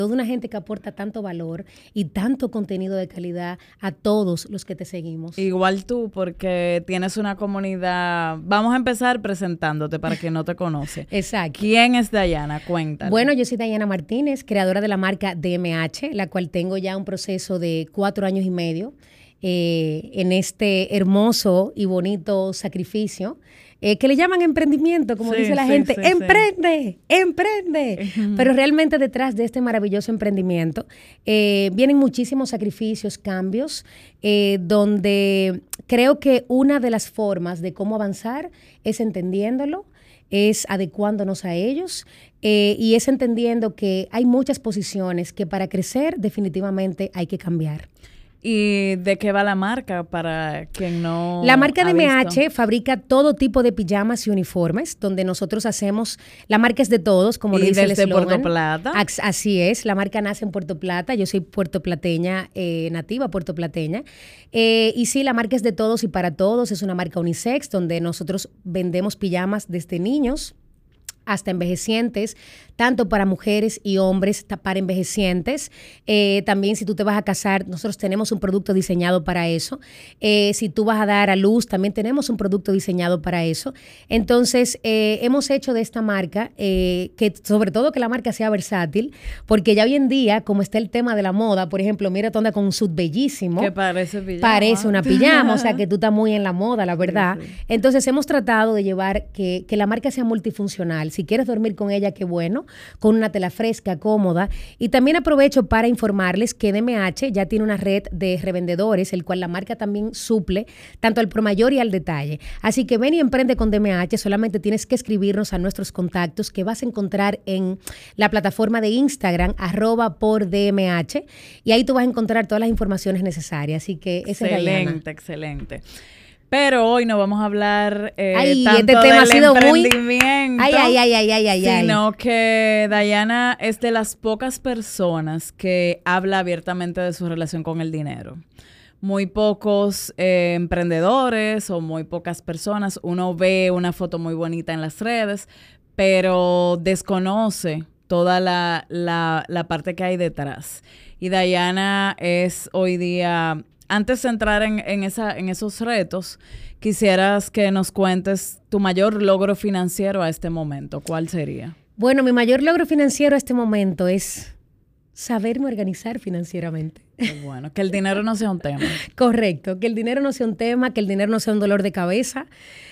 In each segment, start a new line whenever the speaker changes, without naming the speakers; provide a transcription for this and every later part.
Toda una gente que aporta tanto valor y tanto contenido de calidad a todos los que te seguimos.
Igual tú, porque tienes una comunidad. Vamos a empezar presentándote para quien no te conoce.
Exacto.
¿Quién es Dayana? Cuéntale.
Bueno, yo soy Dayana Martínez, creadora de la marca DMH, la cual tengo ya un proceso de 4 años y medio en este hermoso y bonito sacrificio. Que le llaman emprendimiento, como dice la gente. ¡Emprende! ¡Emprende! Pero realmente detrás de este maravilloso emprendimiento vienen muchísimos sacrificios, cambios, donde creo que una de las formas de cómo avanzar es entendiéndolo, es adecuándonos a ellos y es entendiendo que hay muchas posiciones que para crecer definitivamente hay que cambiar.
¿Y de qué va la marca para quien no
La marca
ha
DMH
visto?
fabrica todo tipo de pijamas y uniformes, donde nosotros hacemos, la marca es de todos, como lo dice el
desde
eslogan.
Puerto Plata.
Así es, la marca nace en Puerto Plata, yo soy puertoplateña, nativa puertoplateña, y sí, la marca es de todos y para todos, es una marca unisex, donde nosotros vendemos pijamas desde niños hasta envejecientes, tanto para mujeres y hombres, para envejecientes. También si tú te vas a casar, nosotros tenemos un producto diseñado para eso. Si tú vas a dar a luz, también tenemos un producto diseñado para eso. Entonces, hemos hecho de esta marca, que sobre todo que la marca sea versátil, porque ya hoy en día, como está el tema de la moda, por ejemplo, mira tú andas con un suit bellísimo.
Que parece pijama.
Parece una pijama, o sea que tú estás muy en la moda, la verdad.
Sí.
Entonces, hemos tratado de llevar que la marca sea multifuncional. Si quieres dormir con ella, qué bueno, con una tela fresca, cómoda. Y también aprovecho para informarles que DMH ya tiene una red de revendedores, el cual la marca también suple tanto al por mayor y al detalle. Así que ven y emprende con DMH, solamente tienes que escribirnos a nuestros contactos que vas a encontrar en la plataforma de Instagram, @pordmh, y ahí tú vas a encontrar todas las informaciones necesarias. Así que esa es Dayana.
Excelente, excelente. Pero hoy no vamos a hablar
Ay,
tanto
este tema
del
ha sido muy...
emprendimiento, sino que Dayana es de las pocas personas que habla abiertamente de su relación con el dinero. Muy pocos emprendedores o muy pocas personas, uno ve una foto muy bonita en las redes, pero desconoce toda la parte que hay detrás. Y Dayana es hoy día... Antes de entrar en esos retos, quisieras que nos cuentes tu mayor logro financiero a este momento. ¿Cuál sería?
Bueno, mi mayor logro financiero a este momento es saberme organizar financieramente.
Bueno, que el dinero no sea un tema.
Correcto, que el dinero no sea un tema, que el dinero no sea un dolor de cabeza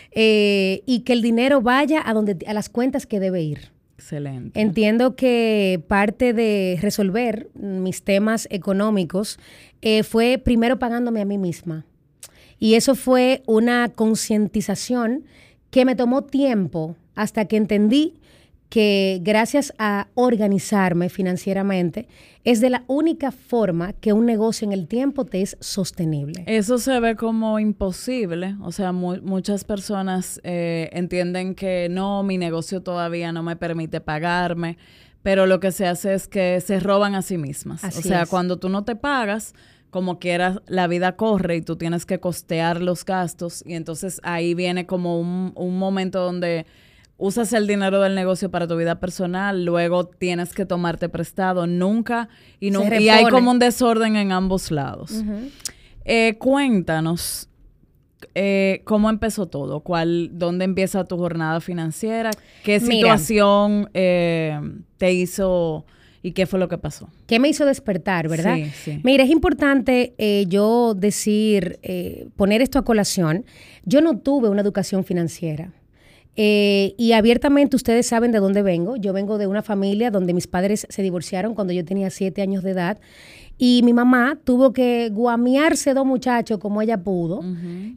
y que el dinero vaya a las cuentas que debe ir.
Excelente.
Entiendo que parte de resolver mis temas económicos fue primero pagándome a mí misma. Y eso fue una concientización que me tomó tiempo hasta que entendí que gracias a organizarme financieramente es de la única forma que un negocio en el tiempo te es sostenible.
Eso se ve como imposible. O sea, muchas personas entienden que no, mi negocio todavía no me permite pagarme, pero lo que se hace es que se roban a sí mismas.
Así
o sea,
es.
Cuando tú no te pagas, como quieras, la vida corre y tú tienes que costear los gastos y entonces ahí viene como un momento donde usas el dinero del negocio para tu vida personal, luego tienes que tomarte prestado, y hay como un desorden en ambos lados.
Uh-huh.
Cuéntanos, ¿cómo empezó todo? ¿Dónde empieza tu jornada financiera? ¿Qué situación te hizo y qué fue lo que pasó?
¿Qué me hizo despertar, verdad?
Sí.
Mira, es importante yo poner esto a colación. Yo no tuve una educación financiera. Y abiertamente ustedes saben de dónde vengo. Yo vengo de una familia donde mis padres se divorciaron cuando yo tenía 7 años de edad y mi mamá tuvo que guamearse 2 muchachos como ella pudo.
Uh-huh.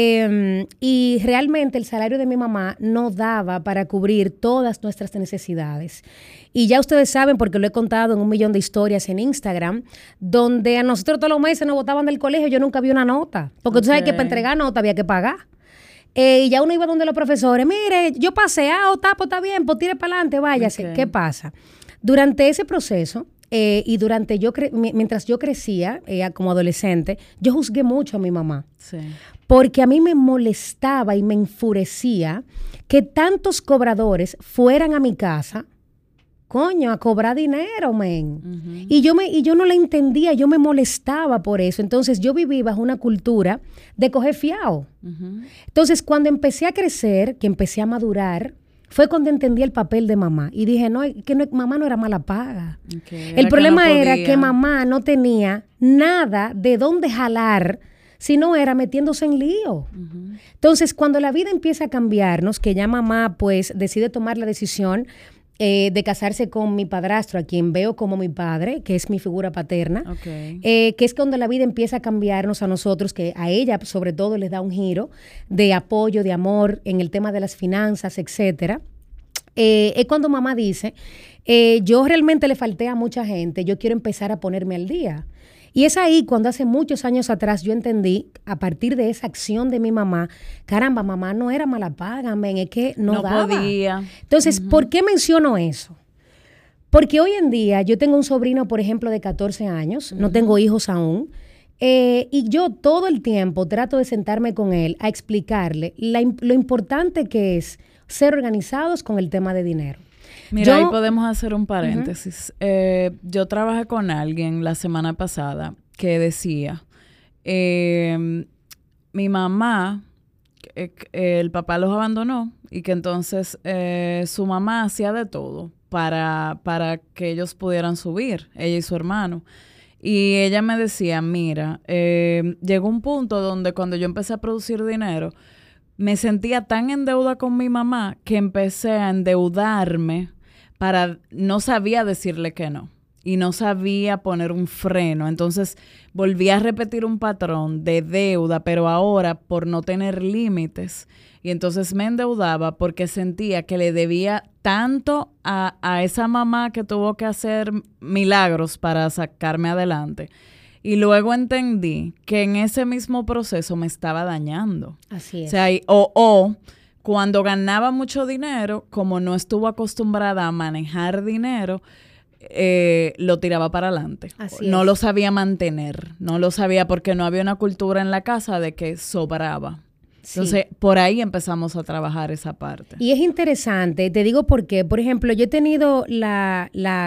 Y realmente el salario de mi mamá no daba para cubrir todas nuestras necesidades. Y ya ustedes saben, porque lo he contado en 1 millón de historias en Instagram, donde a nosotros todos los meses nos botaban del colegio. Yo nunca vi una nota, porque tú sabes que para entregar nota había que pagar. Y ya uno iba donde los profesores, mire, yo pasé, pues está bien, pues tire para adelante, váyase.
Okay.
¿Qué pasa? Durante ese proceso, y mientras yo crecía como adolescente, yo juzgué mucho a mi mamá.
Sí.
Porque a mí me molestaba y me enfurecía que tantos cobradores fueran a mi casa coño, a cobrar dinero, men. Y yo no la entendía, yo me molestaba por eso. Entonces, yo viví bajo una cultura de coger fiado. Entonces, cuando empecé a crecer, que empecé a madurar, fue cuando entendí el papel de mamá. Y dije, mamá no era mala paga. El problema era que mamá no tenía nada de dónde jalar, si no era metiéndose en lío. Entonces, cuando la vida empieza a cambiarnos, que ya mamá pues decide tomar la decisión de casarse con mi padrastro, a quien veo como mi padre, que es mi figura paterna, que es cuando la vida empieza a cambiarnos a nosotros, que a ella sobre todo les da un giro de apoyo, de amor en el tema de las finanzas, etcétera. Es cuando mamá dice, yo realmente le falté a mucha gente, yo quiero empezar a ponerme al día. Y es ahí cuando hace muchos años atrás yo entendí, a partir de esa acción de mi mamá, caramba, mamá no era mala paga, men, es que no daba.
Podía.
Entonces, ¿por qué menciono eso? Porque hoy en día yo tengo un sobrino, por ejemplo, de 14 años, no tengo hijos aún, y yo todo el tiempo trato de sentarme con él a explicarle lo importante que es ser organizados con el tema de dinero.
Mira, ahí podemos hacer un paréntesis. Yo trabajé con alguien la semana pasada que decía, mi mamá, el papá los abandonó y que entonces su mamá hacía de todo para que ellos pudieran subir, ella y su hermano. Y ella me decía, mira, llegó un punto donde cuando yo empecé a producir dinero, me sentía tan en deuda con mi mamá que empecé a endeudarme no sabía decirle que no y no sabía poner un freno. Entonces volví a repetir un patrón de deuda, pero ahora por no tener límites. Y entonces me endeudaba porque sentía que le debía tanto a esa mamá que tuvo que hacer milagros para sacarme adelante. Y luego entendí que en ese mismo proceso me estaba dañando.
Así es.
O sea, cuando ganaba mucho dinero, como no estuvo acostumbrada a manejar dinero, lo tiraba para adelante. No lo sabía mantener. No lo sabía porque no había una cultura en la casa de que sobraba. Sí. Entonces, por ahí empezamos a trabajar esa parte.
Y es interesante, te digo por qué. Por ejemplo, yo he tenido la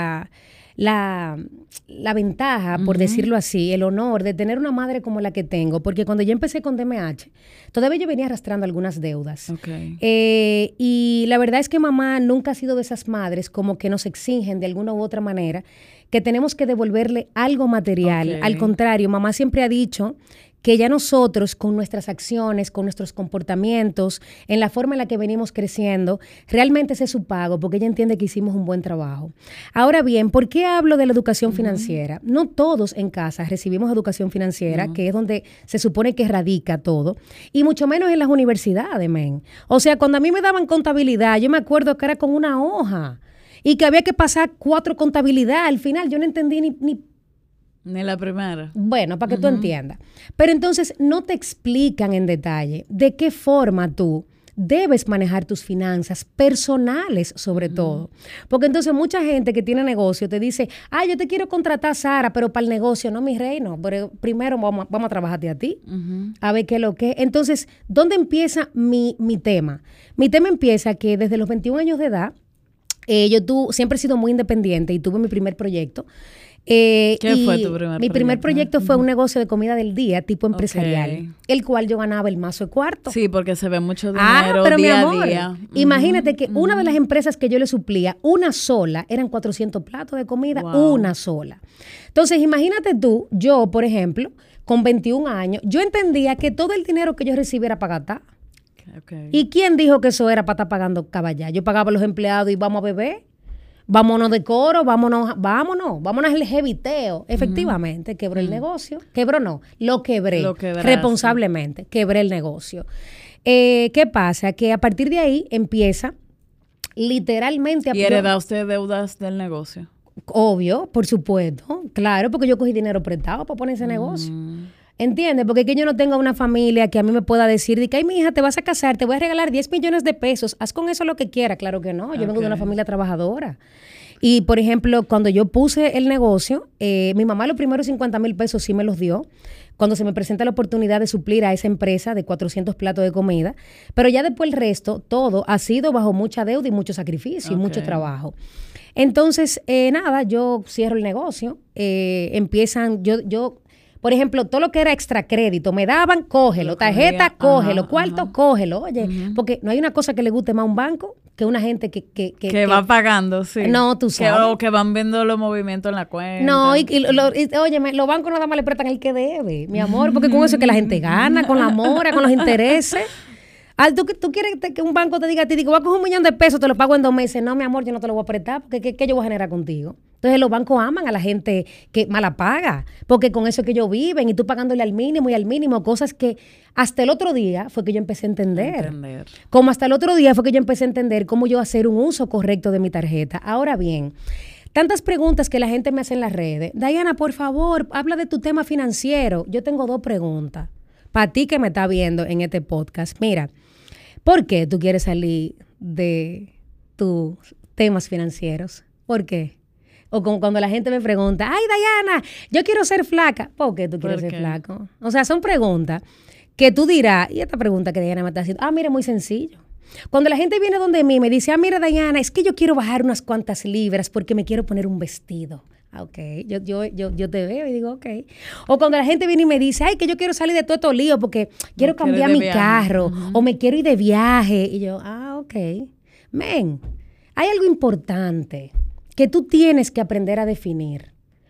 ventaja, por decirlo así, el honor de tener una madre como la que tengo, porque cuando yo empecé con DMH, todavía yo venía arrastrando algunas deudas. Y la verdad es que mamá nunca ha sido de esas madres como que nos exigen de alguna u otra manera que tenemos que devolverle algo material. Al contrario, mamá siempre ha dicho que ya nosotros con nuestras acciones, con nuestros comportamientos, en la forma en la que venimos creciendo, realmente ese es su pago, porque ella entiende que hicimos un buen trabajo. Ahora bien, ¿por qué hablo de la educación financiera? No todos en casa recibimos educación financiera, que es donde se supone que radica todo, y mucho menos en las universidades, men. O sea, cuando a mí me daban contabilidad, yo me acuerdo que era con una hoja y que había que pasar 4 contabilidades. Al final yo no entendí ni
la primera.
Bueno, para que tú entiendas. Pero entonces no te explican en detalle de qué forma tú debes manejar tus finanzas personales, sobre todo. Porque entonces mucha gente que tiene negocio te dice, yo te quiero contratar, Sara, pero para el negocio, no, mi reino. Pero primero vamos a trabajarte a ti, a ver qué es lo que es. Entonces, ¿dónde empieza mi tema? Mi tema empieza que desde los 21 años de edad, yo siempre he sido muy independiente y tuve mi primer proyecto.
¿Qué fue tu primer proyecto?
Mi primer proyecto fue un negocio de comida del día, tipo empresarial, el cual yo ganaba el mazo de cuarto.
Sí, porque se ve mucho dinero pero día a día.
Imagínate que una de las empresas que yo le suplía, una sola, eran 400 platos de comida, una sola. Entonces, imagínate tú, yo, por ejemplo, con 21 años, yo entendía que todo el dinero que yo recibía era para gastar. ¿Y quién dijo que eso era para estar pagando caballar? Yo pagaba a los empleados y vamos a beber. Vámonos de coro, vámonos al jeviteo. Efectivamente, quebré el negocio. Lo quebré responsablemente. Quebré el negocio. ¿Qué pasa? Que a partir de ahí empieza literalmente
¿Y hereda usted deudas del negocio?
Obvio, por supuesto. Claro, porque yo cogí dinero prestado para poner ese negocio. ¿Entiendes? Porque es que yo no tengo una familia que a mí me pueda decir de que, ay, mi hija, te vas a casar, te voy a regalar 10 millones de pesos, haz con eso lo que quieras. Claro que no, yo vengo de una familia trabajadora. Y, por ejemplo, cuando yo puse el negocio, mi mamá los primeros 50,000 pesos sí me los dio, cuando se me presenta la oportunidad de suplir a esa empresa de 400 platos de comida, pero ya después el resto, todo ha sido bajo mucha deuda y mucho sacrificio y mucho trabajo. Entonces, nada, yo cierro el negocio, empiezan, por ejemplo, todo lo que era extra crédito, me daban, cógelo, tarjeta, cógelo, cuarto, cógelo. Oye, porque no hay una cosa que le guste más a un banco que una gente que
va pagando, sí.
No, tú sabes.
O que van viendo los movimientos en la cuenta.
No, óyeme, los bancos nada más le prestan el que debe, mi amor, porque con eso es que la gente gana, con la mora, con los intereses. ¿Tú quieres que un banco te diga a ti, voy a coger $1 millón de pesos, te lo pago en 2 meses? No, mi amor, yo no te lo voy a prestar, porque ¿qué yo voy a generar contigo? Entonces los bancos aman a la gente que mala paga, porque con eso es que ellos viven, y tú pagándole al mínimo, cosas que hasta el otro día fue que yo empecé a entender. Como hasta el otro día fue que yo empecé a entender cómo yo hacer un uso correcto de mi tarjeta. Ahora bien, tantas preguntas que la gente me hace en las redes. Dayana, por favor, habla de tu tema financiero. Yo tengo 2 preguntas para ti que me está viendo en este podcast. Mira, ¿por qué tú quieres salir de tus temas financieros? ¿Por qué? O como cuando la gente me pregunta, ay, Dayana, yo quiero ser flaca. ¿Por qué tú quieres ser flaco? O sea, son preguntas que tú dirás, y esta pregunta que Dayana me está haciendo, mira, muy sencillo. Cuando la gente viene donde mí y me dice, mira, Dayana, es que yo quiero bajar unas cuantas libras porque me quiero poner un vestido. Ok, yo te veo y digo, ok. O cuando la gente viene y me dice, ay, que yo quiero salir de todo estos líos porque quiero cambiar mi carro o me quiero ir de viaje. Y yo, ok. Men, hay algo importante que tú tienes que aprender a definir.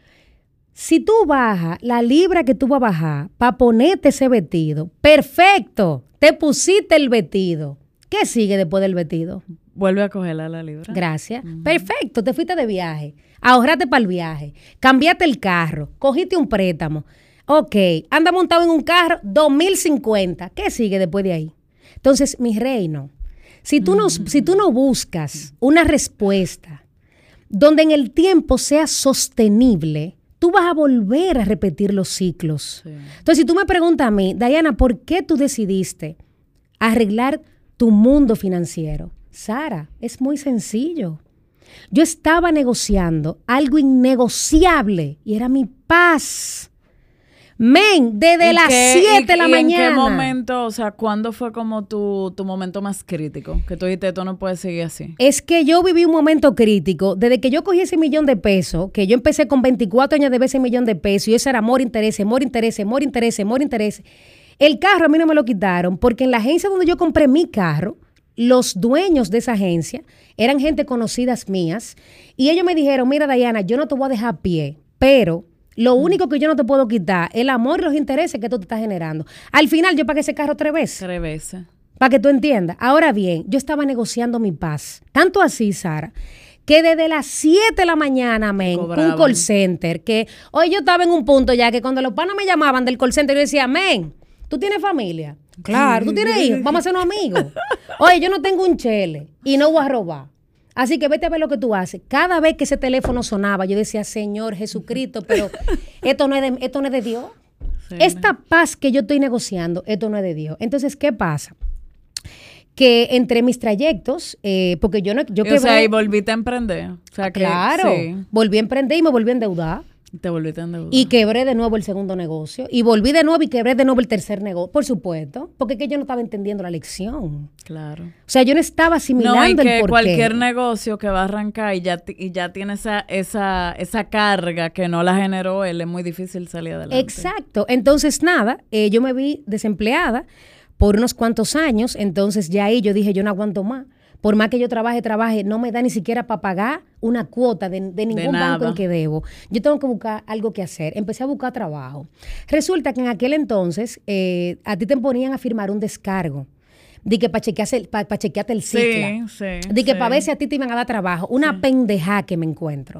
Si tú bajas la libra que tú vas a bajar para ponerte ese vestido, perfecto, te pusiste el vestido. ¿Qué sigue después del vestido?
Vuelve a cogerla la libra.
Gracias. Perfecto, te fuiste de viaje, ahorraste para el viaje, cambiaste el carro, cogiste un préstamo. Ok, anda montado en un carro, 2050. ¿Qué sigue después de ahí? Entonces, mi reino, si tú no buscas una respuesta donde en el tiempo sea sostenible, tú vas a volver a repetir los ciclos. Sí. Entonces, si tú me preguntas a mí, Dayana, ¿por qué tú decidiste arreglar tu mundo financiero? Sara, es muy sencillo. Yo estaba negociando algo innegociable y era mi paz. Men, desde las 7 de la mañana.
¿En qué momento, o sea, cuándo fue como tu momento más crítico? Que tú dijiste, esto no puede seguir así.
Es que yo viví un momento crítico. Desde que yo cogí ese $1 millón de pesos, que yo empecé con 24 años de ver ese $1 millón de pesos, y eso era amor, interés. El carro a mí no me lo quitaron, porque en la agencia donde yo compré mi carro, los dueños de esa agencia eran gente conocidas mías, y ellos me dijeron, mira, Dayana, yo no te voy a dejar a pie, pero lo único que yo no te puedo quitar es el amor y los intereses que tú te estás generando. Al final yo pagué ese carro 3 veces.
3 veces.
Para que tú entiendas. Ahora bien, yo estaba negociando mi paz. Tanto así, Sara, que desde las 7 de la mañana, un call center, que hoy yo estaba en un punto ya que cuando los panas me llamaban del call center, yo decía, ¿tú tienes familia? Claro, ¿tú tienes hijos? Vamos a ser unos amigos. Oye, yo no tengo un chele y no voy a robar. Así que vete a ver lo que tú haces. Cada vez que ese teléfono sonaba, yo decía, Señor Jesucristo, pero esto no es de Dios. Sí, esta paz que yo estoy negociando, esto no es de Dios. Entonces, ¿qué pasa? Que entre mis trayectos, porque yo
quebré. O sea, y volviste a emprender. O sea,
claro, volví a emprender y me volví a endeudar.
Te volviste a endeudar.
Y quebré de nuevo el segundo negocio. Y volví de nuevo y quebré de nuevo el tercer negocio. Por supuesto. Porque es que yo no estaba entendiendo la lección.
Claro.
O sea, yo no estaba asimilando el porqué. No, y que
cualquier negocio que va a arrancar y ya tiene esa carga que no la generó él, es muy difícil salir adelante.
Exacto. Entonces, nada, yo me vi desempleada por unos cuantos años. Entonces, ya ahí yo dije, yo no aguanto más. Por más que yo trabaje, no me da ni siquiera para pagar una cuota de ningún banco en que debo. Yo tengo que buscar algo que hacer. Empecé a buscar trabajo. Resulta que en aquel entonces a ti te ponían a firmar un descargo. De que para chequearte el ciclo. De que para ver si a ti te iban a dar trabajo. Una pendejada que me encuentro.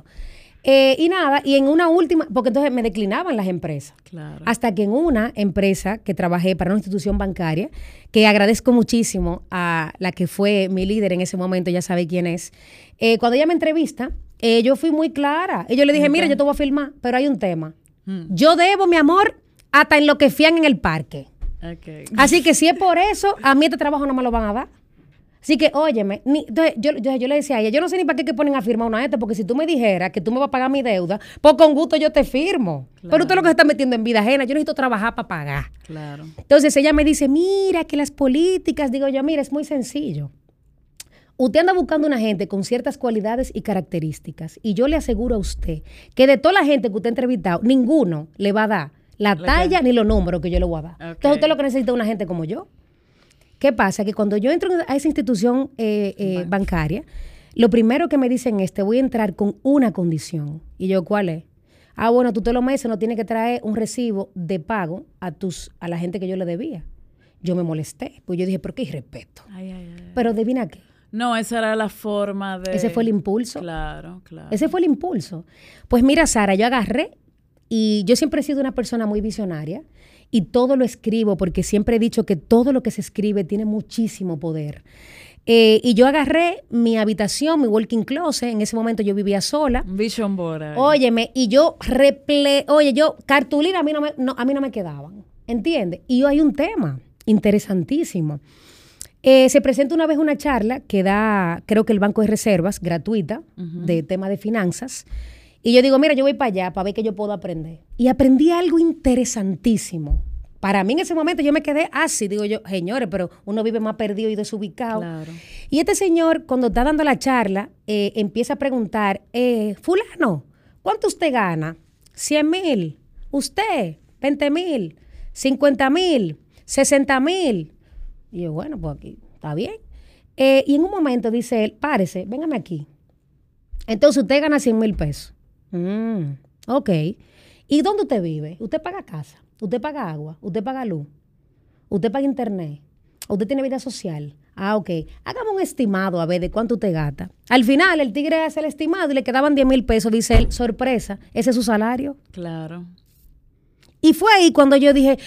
Y nada, y en una última, porque entonces me declinaban las empresas.
Claro.
Hasta que en una empresa que trabajé para una institución bancaria, que agradezco muchísimo a la que fue mi líder en ese momento, ya sabe quién es, cuando ella me entrevista, yo fui muy clara. Y yo le dije, mira, yo te voy a firmar, pero hay un tema. Yo debo, mi amor, hasta en lo que fían en el parque.
Okay.
Así que si es por eso, a mí este trabajo no me lo van a dar. Así que, óyeme, entonces yo le decía a ella, yo no sé ni para qué ponen a firmar una esta, porque si tú me dijeras que tú me vas a pagar mi deuda, pues con gusto yo te firmo. Claro. Pero usted lo que se está metiendo en vida ajena, yo necesito trabajar para pagar.
Claro.
Entonces ella me dice, mira, que las políticas, digo yo, mira, es muy sencillo. Usted anda buscando una gente con ciertas cualidades y características. Y yo le aseguro a usted que de toda la gente que usted ha entrevistado, ninguno le va a dar la talla ni los números que yo le voy a dar. Okay. Entonces usted lo que necesita es una gente como yo. ¿Qué pasa? Que cuando yo entro a esa institución bancaria, lo primero que me dicen es, te voy a entrar con una condición. Y yo, ¿cuál es? Bueno, tú todos los meses no tienes que traer un recibo de pago a la gente que yo le debía. Yo me molesté, pues yo dije, ¿pero qué irrespeto? Pero ¿adivina qué?
No, esa era la forma de...
Ese fue el impulso.
Claro.
Ese fue el impulso. Pues mira, Sara, yo agarré y yo siempre he sido una persona muy visionaria y todo lo escribo porque siempre he dicho que todo lo que se escribe tiene muchísimo poder. Y yo agarré mi habitación, mi walking closet, en ese momento yo vivía sola.
Vision board.
Óyeme, y yo cartulina a mí no me quedaban, ¿entiendes? Y hay un tema interesantísimo. Se presenta una vez una charla que da, creo que el Banco de Reservas, gratuita, de tema de finanzas. Y yo digo, mira, yo voy para allá para ver qué yo puedo aprender. Y aprendí algo interesantísimo. Para mí en ese momento yo me quedé así. Digo yo, señores, pero uno vive más perdido y desubicado.
Claro.
Y este señor, cuando está dando la charla, empieza a preguntar, fulano, ¿cuánto usted gana? 100,000. ¿Usted? 20,000. 50,000. 60,000. Y yo, bueno, pues aquí está bien. Y en un momento dice él, párese, véngame aquí. Entonces usted gana 100,000 pesos. Ok. ¿Y dónde usted vive? ¿Usted paga casa? ¿Usted paga agua? ¿Usted paga luz? ¿Usted paga internet? ¿Usted tiene vida social? Ok. Hágame un estimado a ver de cuánto usted gasta. Al final, el tigre hace el estimado y le quedaban 10,000 pesos. Dice él, sorpresa, ese es su salario.
Claro.
Y fue ahí cuando yo dije,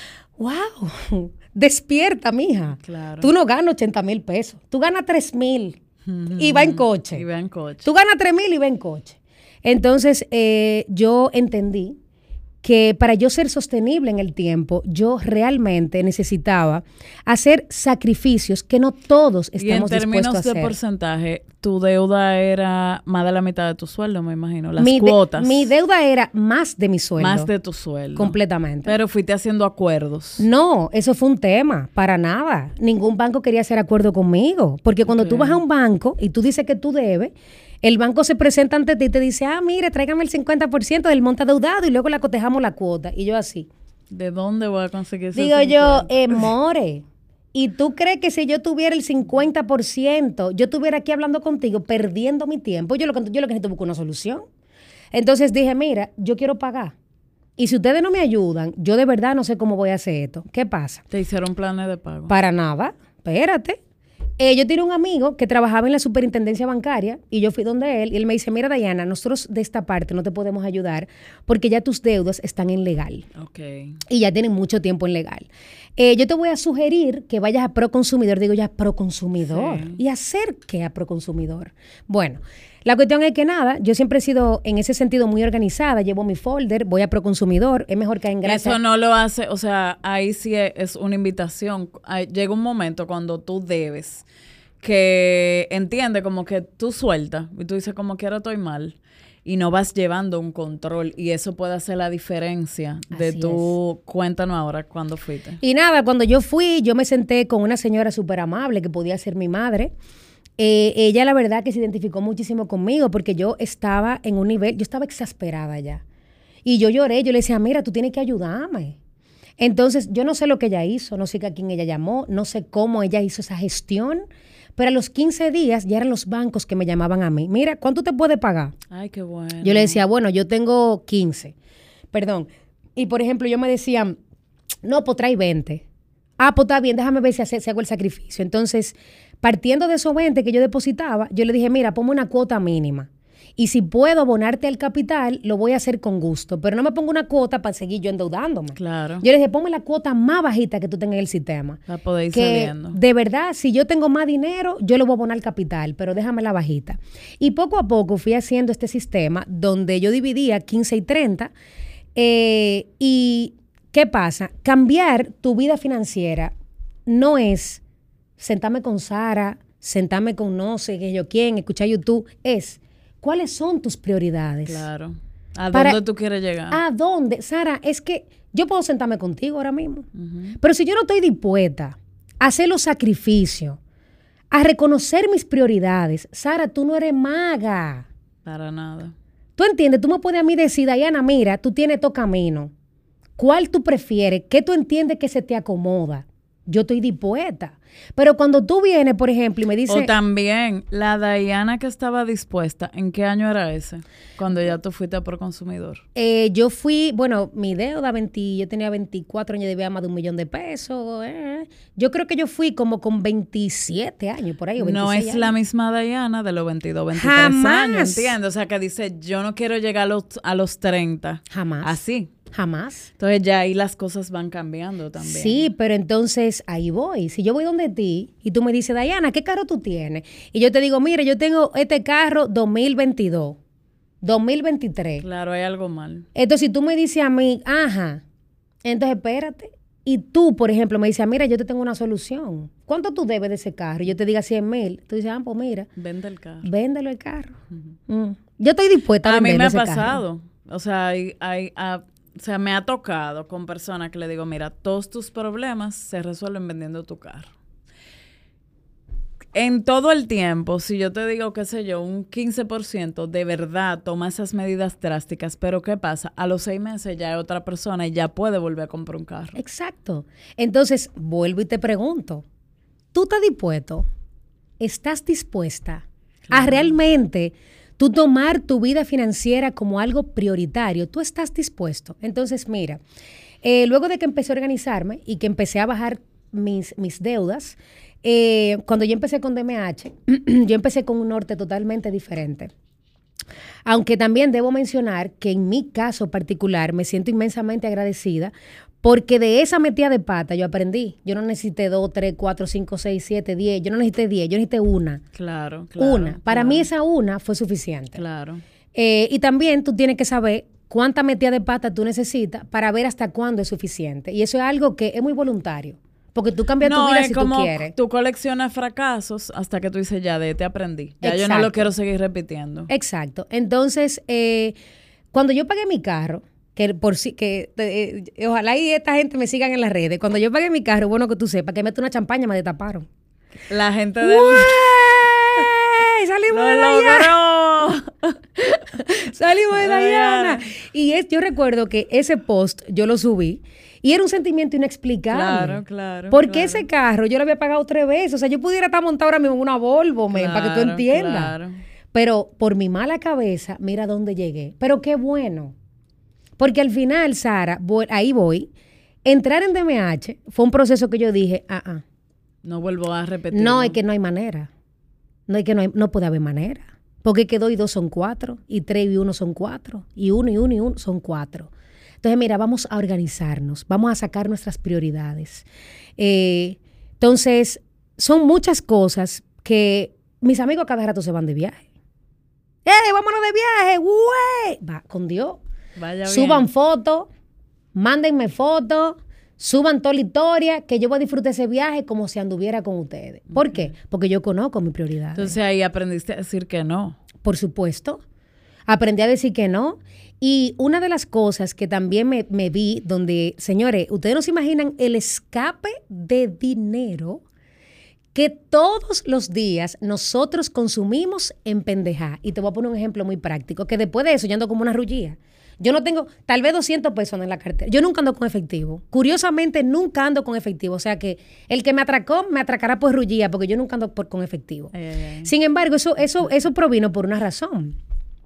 wow, despierta, mija.
Claro.
Tú no ganas 80,000 pesos. Tú ganas 3,000 y va en coche.
Y va en coche.
Tú ganas 3,000 y va en coche. Entonces, yo entendí que para yo ser sostenible en el tiempo, yo realmente necesitaba hacer sacrificios que no todos estamos dispuestos a hacer. Y en términos de
porcentaje, tu deuda era más de la mitad de tu sueldo, me imagino, las cuotas.
Mi deuda era más de mi sueldo.
Más de tu sueldo.
Completamente.
Pero fuiste haciendo acuerdos.
No, eso fue un tema, para nada. Ningún banco quería hacer acuerdo conmigo, porque cuando tú vas a un banco y tú dices que tú debes, el banco se presenta ante ti y te dice, mire, tráigame el 50% del monto adeudado y luego le acotejamos la cuota. Y yo así.
¿De dónde voy a conseguir ese
Digo 50? Yo, more, ¿y tú crees que si yo tuviera el 50%, yo estuviera aquí hablando contigo, perdiendo mi tiempo? Yo lo que necesito es buscar una solución. Entonces dije, mira, yo quiero pagar. Y si ustedes no me ayudan, yo de verdad no sé cómo voy a hacer esto. ¿Qué pasa?
¿Te hicieron planes de pago?
Para nada. Espérate. Yo tenía un amigo que trabajaba en la superintendencia bancaria y yo fui donde él y él me dice, mira, Dayana, nosotros de esta parte no te podemos ayudar porque ya tus deudas están en legal.
Okay.
Y ya tienen mucho tiempo en legal. Yo te voy a sugerir que vayas a Proconsumidor. Digo ya, Proconsumidor. Sí. ¿Y hacer qué a Proconsumidor? Bueno, la cuestión es que nada, yo siempre he sido en ese sentido muy organizada, llevo mi folder, voy a Proconsumidor, es mejor que en grasa.
Eso no lo hace, o sea, ahí sí es una invitación. Llega un momento cuando tú debes que entiende como que tú sueltas y tú dices como que ahora estoy mal y no vas llevando un control y eso puede hacer la diferencia de tu... Cuéntanos ahora cuándo fuiste.
Y nada, cuando yo fui, yo me senté con una señora súper amable que podía ser mi madre. Ella la verdad que se identificó muchísimo conmigo porque yo estaba en un nivel, yo estaba exasperada ya. Y yo lloré, yo le decía, mira, tú tienes que ayudarme. Entonces, yo no sé lo que ella hizo, no sé a quién ella llamó, no sé cómo ella hizo esa gestión, pero a los 15 días ya eran los bancos que me llamaban a mí. Mira, ¿cuánto te puede pagar?
Ay, qué bueno.
Yo le decía, bueno, yo tengo 15. Perdón. Y, por ejemplo, yo me decía, no, pues trae 20. Pues está bien, déjame ver si hago el sacrificio. Entonces, partiendo de esos 20 que yo depositaba, yo le dije, mira, ponme una cuota mínima. Y si puedo abonarte al capital, lo voy a hacer con gusto. Pero no me pongo una cuota para seguir yo endeudándome.
Claro.
Yo le dije, ponme la cuota más bajita que tú tengas en el sistema.
La podéis saliendo.
De verdad, si yo tengo más dinero, yo lo voy a abonar al capital, pero déjame la bajita. Y poco a poco fui haciendo este sistema donde yo dividía 15 y 30. Y ¿qué pasa? Cambiar tu vida financiera no es sentarme con Sara, sentarme con no sé qué yo quién, escuchar YouTube. Es, ¿cuáles son tus prioridades?
Claro. ¿A dónde tú quieres llegar?
¿A dónde? Sara, es que yo puedo sentarme contigo ahora mismo. Pero si yo no estoy dispuesta a hacer los sacrificios, a reconocer mis prioridades. Sara, tú no eres maga.
Para nada.
¿Tú entiendes? Tú me puedes a mí decir, Dayana, mira, tú tienes todo camino. ¿Cuál tú prefieres? ¿Qué tú entiendes que se te acomoda? Yo estoy dispuesta. Pero cuando tú vienes, por ejemplo, y me dices...
O también, la Dayana que estaba dispuesta, ¿en qué año era ese? Cuando ya tú fuiste por consumidor.
Yo fui, bueno, mi deuda, yo tenía 24 años, debía más de $1,000,000. Yo creo que yo fui como con 27 años, por ahí, o 26
No es
años.
la misma Dayana de los 22, 23
Jamás.
años, ¿entiendes? O sea, que dice, yo no quiero llegar a los 30.
Jamás.
Así.
Jamás.
Entonces ya ahí las cosas van cambiando también.
Sí, pero entonces ahí voy. Si yo voy donde ti y tú me dices, Dayana, ¿qué carro tú tienes? Y yo te digo, mira, yo tengo este carro 2022, 2023.
Claro, hay algo mal.
Entonces, si tú me dices a mí, ajá, entonces espérate. Y tú, por ejemplo, me dices, mira, yo te tengo una solución. ¿Cuánto tú debes de ese carro? Y yo te diga 100,000. Tú dices, pues mira.
Vende el carro.
Véndelo el carro. Yo estoy dispuesta a venderlo ese carro.
A mí me ha pasado. O sea, o sea, me ha tocado con personas que le digo, mira, todos tus problemas se resuelven vendiendo tu carro. En todo el tiempo, si yo te digo, qué sé yo, un 15% de verdad toma esas medidas drásticas, pero ¿qué pasa? A los 6 meses ya hay otra persona y ya puede volver a comprar un carro.
Exacto. Entonces, vuelvo y te pregunto, ¿tú estás dispuesto? ¿Estás dispuesta a realmente tú tomar tu vida financiera como algo prioritario? ¿Tú estás dispuesto? Entonces, mira, luego de que empecé a organizarme y que empecé a bajar mis deudas, cuando yo empecé con DMH, yo empecé con un norte totalmente diferente. Aunque también debo mencionar que en mi caso particular me siento inmensamente agradecida porque de esa metida de pata yo aprendí. Yo no necesité 2, 3, 4, 5, 6, 7, 10. Yo no necesité 10, yo necesité una.
Claro.
Una. Para mí esa una fue suficiente.
Claro.
Y también tú tienes que saber cuánta metida de pata tú necesitas para ver hasta cuándo es suficiente. Y eso es algo que es muy voluntario. Porque tú cambias tu vida si tú quieres.
Tú coleccionas fracasos hasta que tú dices, ya, te aprendí. Ya yo no lo quiero seguir repitiendo.
Exacto. Entonces, cuando yo pagué mi carro, ojalá y esta gente me sigan en las redes. Cuando yo pagué mi carro, bueno que tú sepas, que meto una champaña me destaparon.
La gente de...
¡Salimos de Dayana! ¡Salimos de Dayana! Y yo recuerdo que ese post yo lo subí y era un sentimiento inexplicable.
Claro.
Porque ese carro yo lo había pagado 3 veces. O sea, yo pudiera estar montado ahora mismo en una Volvo, para que tú entiendas.
Claro.
Pero por mi mala cabeza, mira dónde llegué. Pero qué bueno. Porque al final, Sara, ahí voy. Entrar en DMH fue un proceso que yo dije,
no vuelvo a repetir.
No, es que no hay manera. No puede haber manera. Porque que 2 y 2 son 4, y 3 y 1 son 4, y 1 y 1 y 1 son 4. Entonces, mira, vamos a organizarnos, vamos a sacar nuestras prioridades. Entonces, son muchas cosas que mis amigos a cada rato se van de viaje. ¡Vámonos de viaje! ¡Güey! Va, con Dios.
Vaya
Suban
bien.
fotos, mándenme fotos, suban toda la historia, que yo voy a disfrutar ese viaje como si anduviera con ustedes. ¿Por qué? Porque yo conozco mis prioridades.
Entonces ahí aprendiste a decir que no.
Por supuesto. Aprendí a decir que no. Y una de las cosas que también me vi, donde, señores, ustedes no se imaginan el escape de dinero que todos los días nosotros consumimos en pendejá. Y te voy a poner un ejemplo muy práctico, que después de eso yo ando como una rullía. Yo no tengo, tal vez 200 pesos en la cartera. Yo nunca ando con efectivo. Curiosamente, nunca ando con efectivo. O sea que el que me atracó, me atracará por rullía, porque yo nunca ando con efectivo. Sin embargo, eso provino por una razón.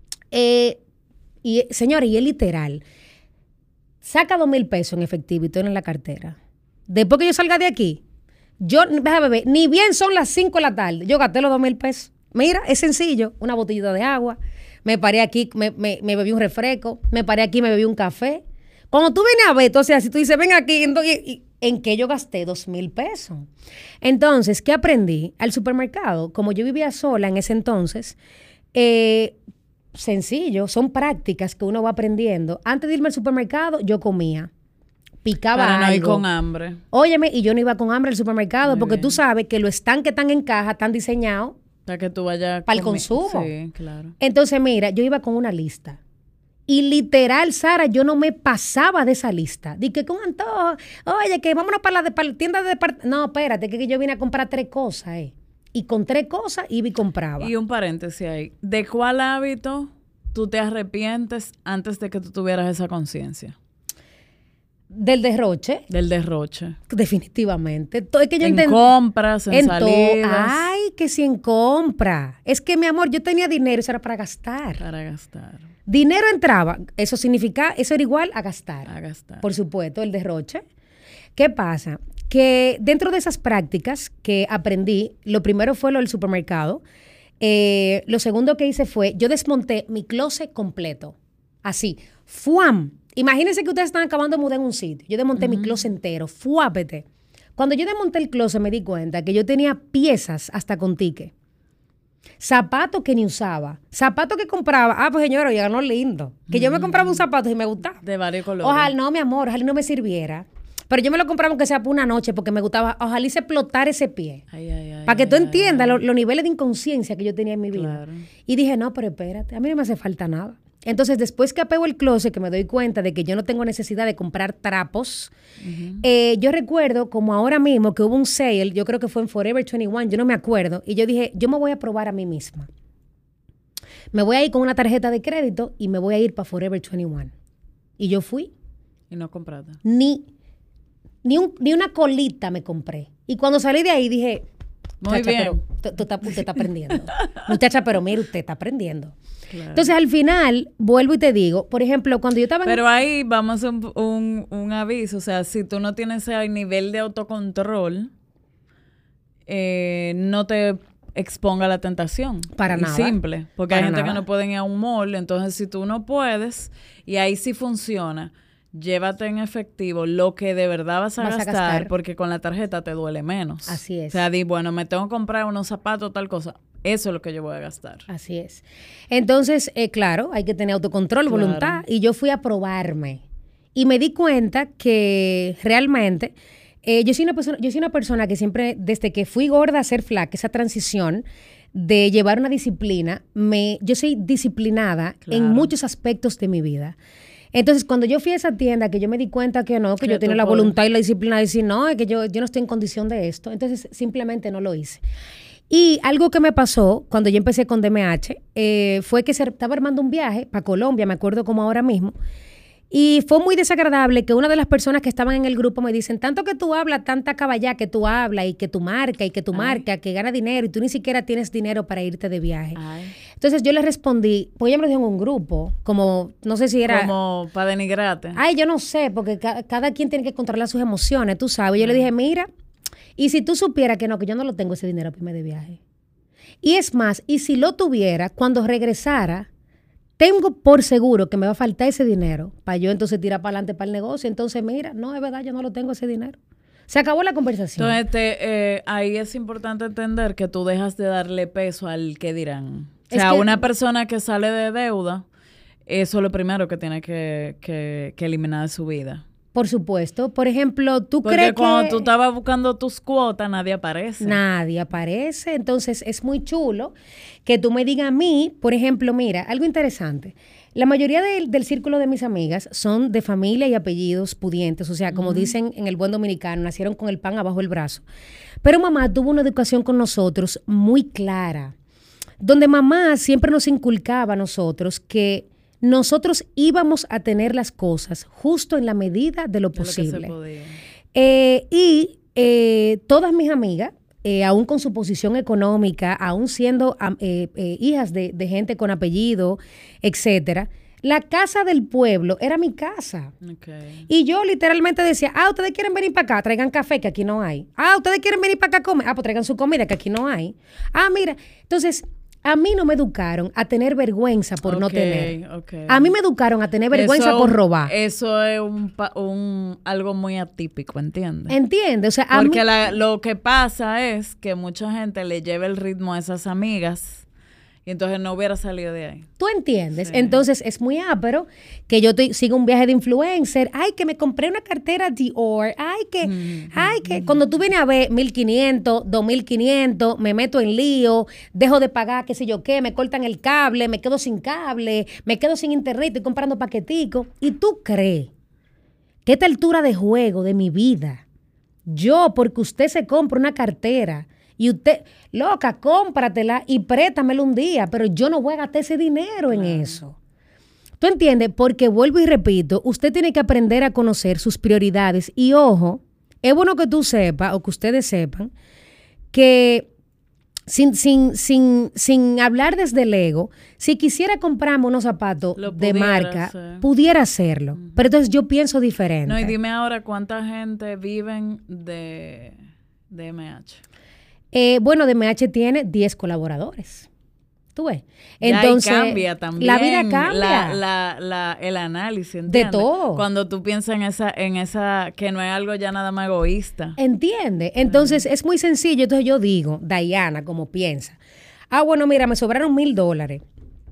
Y señores, y es literal. Saca 2,000 pesos en efectivo y tú en la cartera. Después que yo salga de aquí, déjame ver, ni bien son las 5 de la tarde, yo gasté los 2,000 pesos. Mira, es sencillo, una botellita de agua, me paré aquí, me bebí un refresco, me paré aquí, me bebí un café. Cuando tú vienes a ver, o sea, si tú dices, ven aquí, ¿en qué yo gasté 2,000 pesos? Entonces, ¿qué aprendí? Al supermercado, como yo vivía sola en ese entonces, sencillo, son prácticas que uno va aprendiendo. Antes de irme al supermercado, yo comía. Picaba
para no
algo.
ir con hambre.
Óyeme, y yo no iba con hambre al supermercado.
Muy
porque
bien.
Tú sabes que los stands que están en caja están diseñados
para que tú vayas
para el consumo.
Sí, claro.
Entonces, mira, yo iba con una lista. Y literal, Sara, yo no me pasaba de esa lista. Dije, con antojo, oye, que vámonos para la tienda de departamento. No, espérate, que yo vine a comprar 3 cosas, Y con 3 cosas iba y compraba.
Y un paréntesis ahí. ¿De cuál hábito tú te arrepientes antes de que tú tuvieras esa conciencia?
Del derroche.
Del derroche.
Definitivamente. Es que yo
en compras, en salidas.
Ay, que si en compra. Es que, mi amor, yo tenía dinero, eso era para gastar.
Para gastar.
Dinero entraba, eso era igual a gastar.
A gastar.
Por supuesto, el derroche. ¿Qué pasa? Que dentro de esas prácticas que aprendí, lo primero fue lo del supermercado. Lo segundo que hice fue, yo desmonté mi closet completo. Así, ¡fuam! Imagínense que ustedes están acabando de mudar en un sitio. Yo desmonté mi closet entero, ¡fuápete! Cuando yo desmonté el closet me di cuenta que yo tenía piezas hasta con ticket. Zapatos que ni usaba. Zapatos que compraba. Ah, pues señora, ya no lindo. Que yo me compraba un zapato y me gustaba.
De varios colores.
Ojalá no, mi amor, ojalá no me sirviera. Pero yo me lo compraba aunque sea por una noche porque me gustaba. Ojalá hice explotar ese pie. Para que tú entiendas los niveles de inconsciencia que yo tenía en mi vida.
Claro.
Y dije, no, pero espérate, a mí no me hace falta nada. Entonces, después que apego el closet, que me doy cuenta de que yo no tengo necesidad de comprar trapos, yo recuerdo como ahora mismo que hubo un sale, yo creo que fue en Forever 21, yo no me acuerdo, y yo dije, yo me voy a probar a mí misma. Me voy a ir con una tarjeta de crédito y me voy a ir para Forever 21. Y yo fui.
Y no compraste.
Ni una colita me compré. Y cuando salí de ahí dije,
muy bien.
Pero usted está aprendiendo. Muchacha, pero mire, usted está aprendiendo. Claro. Entonces, al final, vuelvo y te digo, por ejemplo, cuando yo estaba...
Pero ahí vamos a un aviso. O sea, si tú no tienes ese nivel de autocontrol, no te exponga a la tentación.
Para nada.
Simple. Porque
Para
hay gente
nada.
que no puede ir a un mall. Entonces, si tú no puedes, y ahí sí funciona, llévate en efectivo lo que de verdad vas a gastar, porque con la tarjeta te duele menos.
Así es.
O sea, di, bueno, me tengo que comprar unos zapatos, tal cosa. Eso es lo que yo voy a gastar.
Así es. Entonces, claro, hay que tener autocontrol,
Claro.
voluntad. Y yo fui a probarme. Y me di cuenta que realmente yo soy una persona que siempre, desde que fui gorda a ser flaca, esa transición de llevar una disciplina, yo soy disciplinada en muchos aspectos de mi vida. Entonces, cuando yo fui a esa tienda, que yo me di cuenta que no, que yo tenía la voluntad y la disciplina de decir, no, es que yo no estoy en condición de esto. Entonces, simplemente no lo hice. Y algo que me pasó cuando yo empecé con DMH fue que se estaba armando un viaje para Colombia, me acuerdo como ahora mismo. Y fue muy desagradable que una de las personas que estaban en el grupo me dicen, tanto que tú hablas, tanta caballá que tú hablas y que tu marca, que gana dinero y tú ni siquiera tienes dinero para irte de viaje. Ay. Entonces yo le respondí, pues ella me lo dijo en un grupo, como, no sé si era...
Como para denigrarte.
Ay, yo no sé, porque cada quien tiene que controlar sus emociones, tú sabes. Yo le dije, mira, y si tú supieras que yo no lo tengo ese dinero para irme de viaje. Y es más, y si lo tuviera, cuando regresara, tengo por seguro que me va a faltar ese dinero para yo entonces tirar para adelante para el negocio. Entonces, mira, no, es verdad, yo no lo tengo ese dinero. Se acabó la conversación.
Entonces, ahí es importante entender que tú dejas de darle peso al que dirán. O sea,
Es que
una persona que sale de deuda, eso es lo primero que tiene que eliminar de su vida.
Por supuesto. Por ejemplo, ¿tú
Porque
crees
cuando
que
tú estabas buscando tus cuotas, nadie aparece.
Nadie aparece. Entonces, es muy chulo que tú me digas a mí, por ejemplo, mira, algo interesante. La mayoría del círculo de mis amigas son de familia y apellidos pudientes. O sea, como dicen en el buen dominicano, nacieron con el pan abajo el brazo. Pero mamá tuvo una educación con nosotros muy clara, donde mamá siempre nos inculcaba a nosotros que nosotros íbamos a tener las cosas justo en la medida de lo posible.
Lo que se
podía. Todas mis amigas, aún con su posición económica, aún siendo hijas de gente con apellido, etcétera, la casa del pueblo era mi casa.
Okay.
Y yo literalmente decía, ustedes quieren venir para acá, traigan café que aquí no hay. Ustedes quieren venir para acá a comer, pues traigan su comida que aquí no hay. Mira, entonces... A mí no me educaron a tener vergüenza por no tener.
Okay.
A mí me educaron a tener vergüenza por robar.
Eso es algo muy atípico, ¿entiendes?
¿Entiendes? O sea,
porque lo que pasa es que mucha gente le lleva el ritmo a esas amigas y entonces no hubiera salido de ahí.
¿Tú entiendes?
Sí.
Entonces es muy ápero que yo siga un viaje de influencer. Ay, que me compré una cartera Dior. Ay, que cuando tú vienes a ver 1,500, 2,500, me meto en lío, dejo de pagar, qué sé yo qué, me cortan el cable, me quedo sin cable, me quedo sin internet, estoy comprando paqueticos. ¿Y tú crees que esta altura de juego de mi vida, yo, porque usted se compra una cartera Y usted, loca, cómpratela y préstamelo un día, pero yo no voy a gastar ese dinero en eso. ¿Tú entiendes? Porque vuelvo y repito, usted tiene que aprender a conocer sus prioridades. Y ojo, es bueno que tú sepas o que ustedes sepan que sin hablar desde el ego, si quisiera comprarme unos zapatos de marca, pudiera hacerlo. Pero entonces yo pienso diferente.
No, y dime ahora cuánta gente viven de MH.
Bueno, DMH tiene 10 colaboradores. ¿Tú ves? Entonces,
ya, y cambia también.
La vida cambia.
El análisis, ¿entiendes?
De todo.
Cuando tú piensas en esa, que no es algo ya nada más egoísta.
¿Entiendes? Entonces, es muy sencillo. Entonces, yo digo, Diana, como piensa. Bueno, mira, me sobraron $1,000.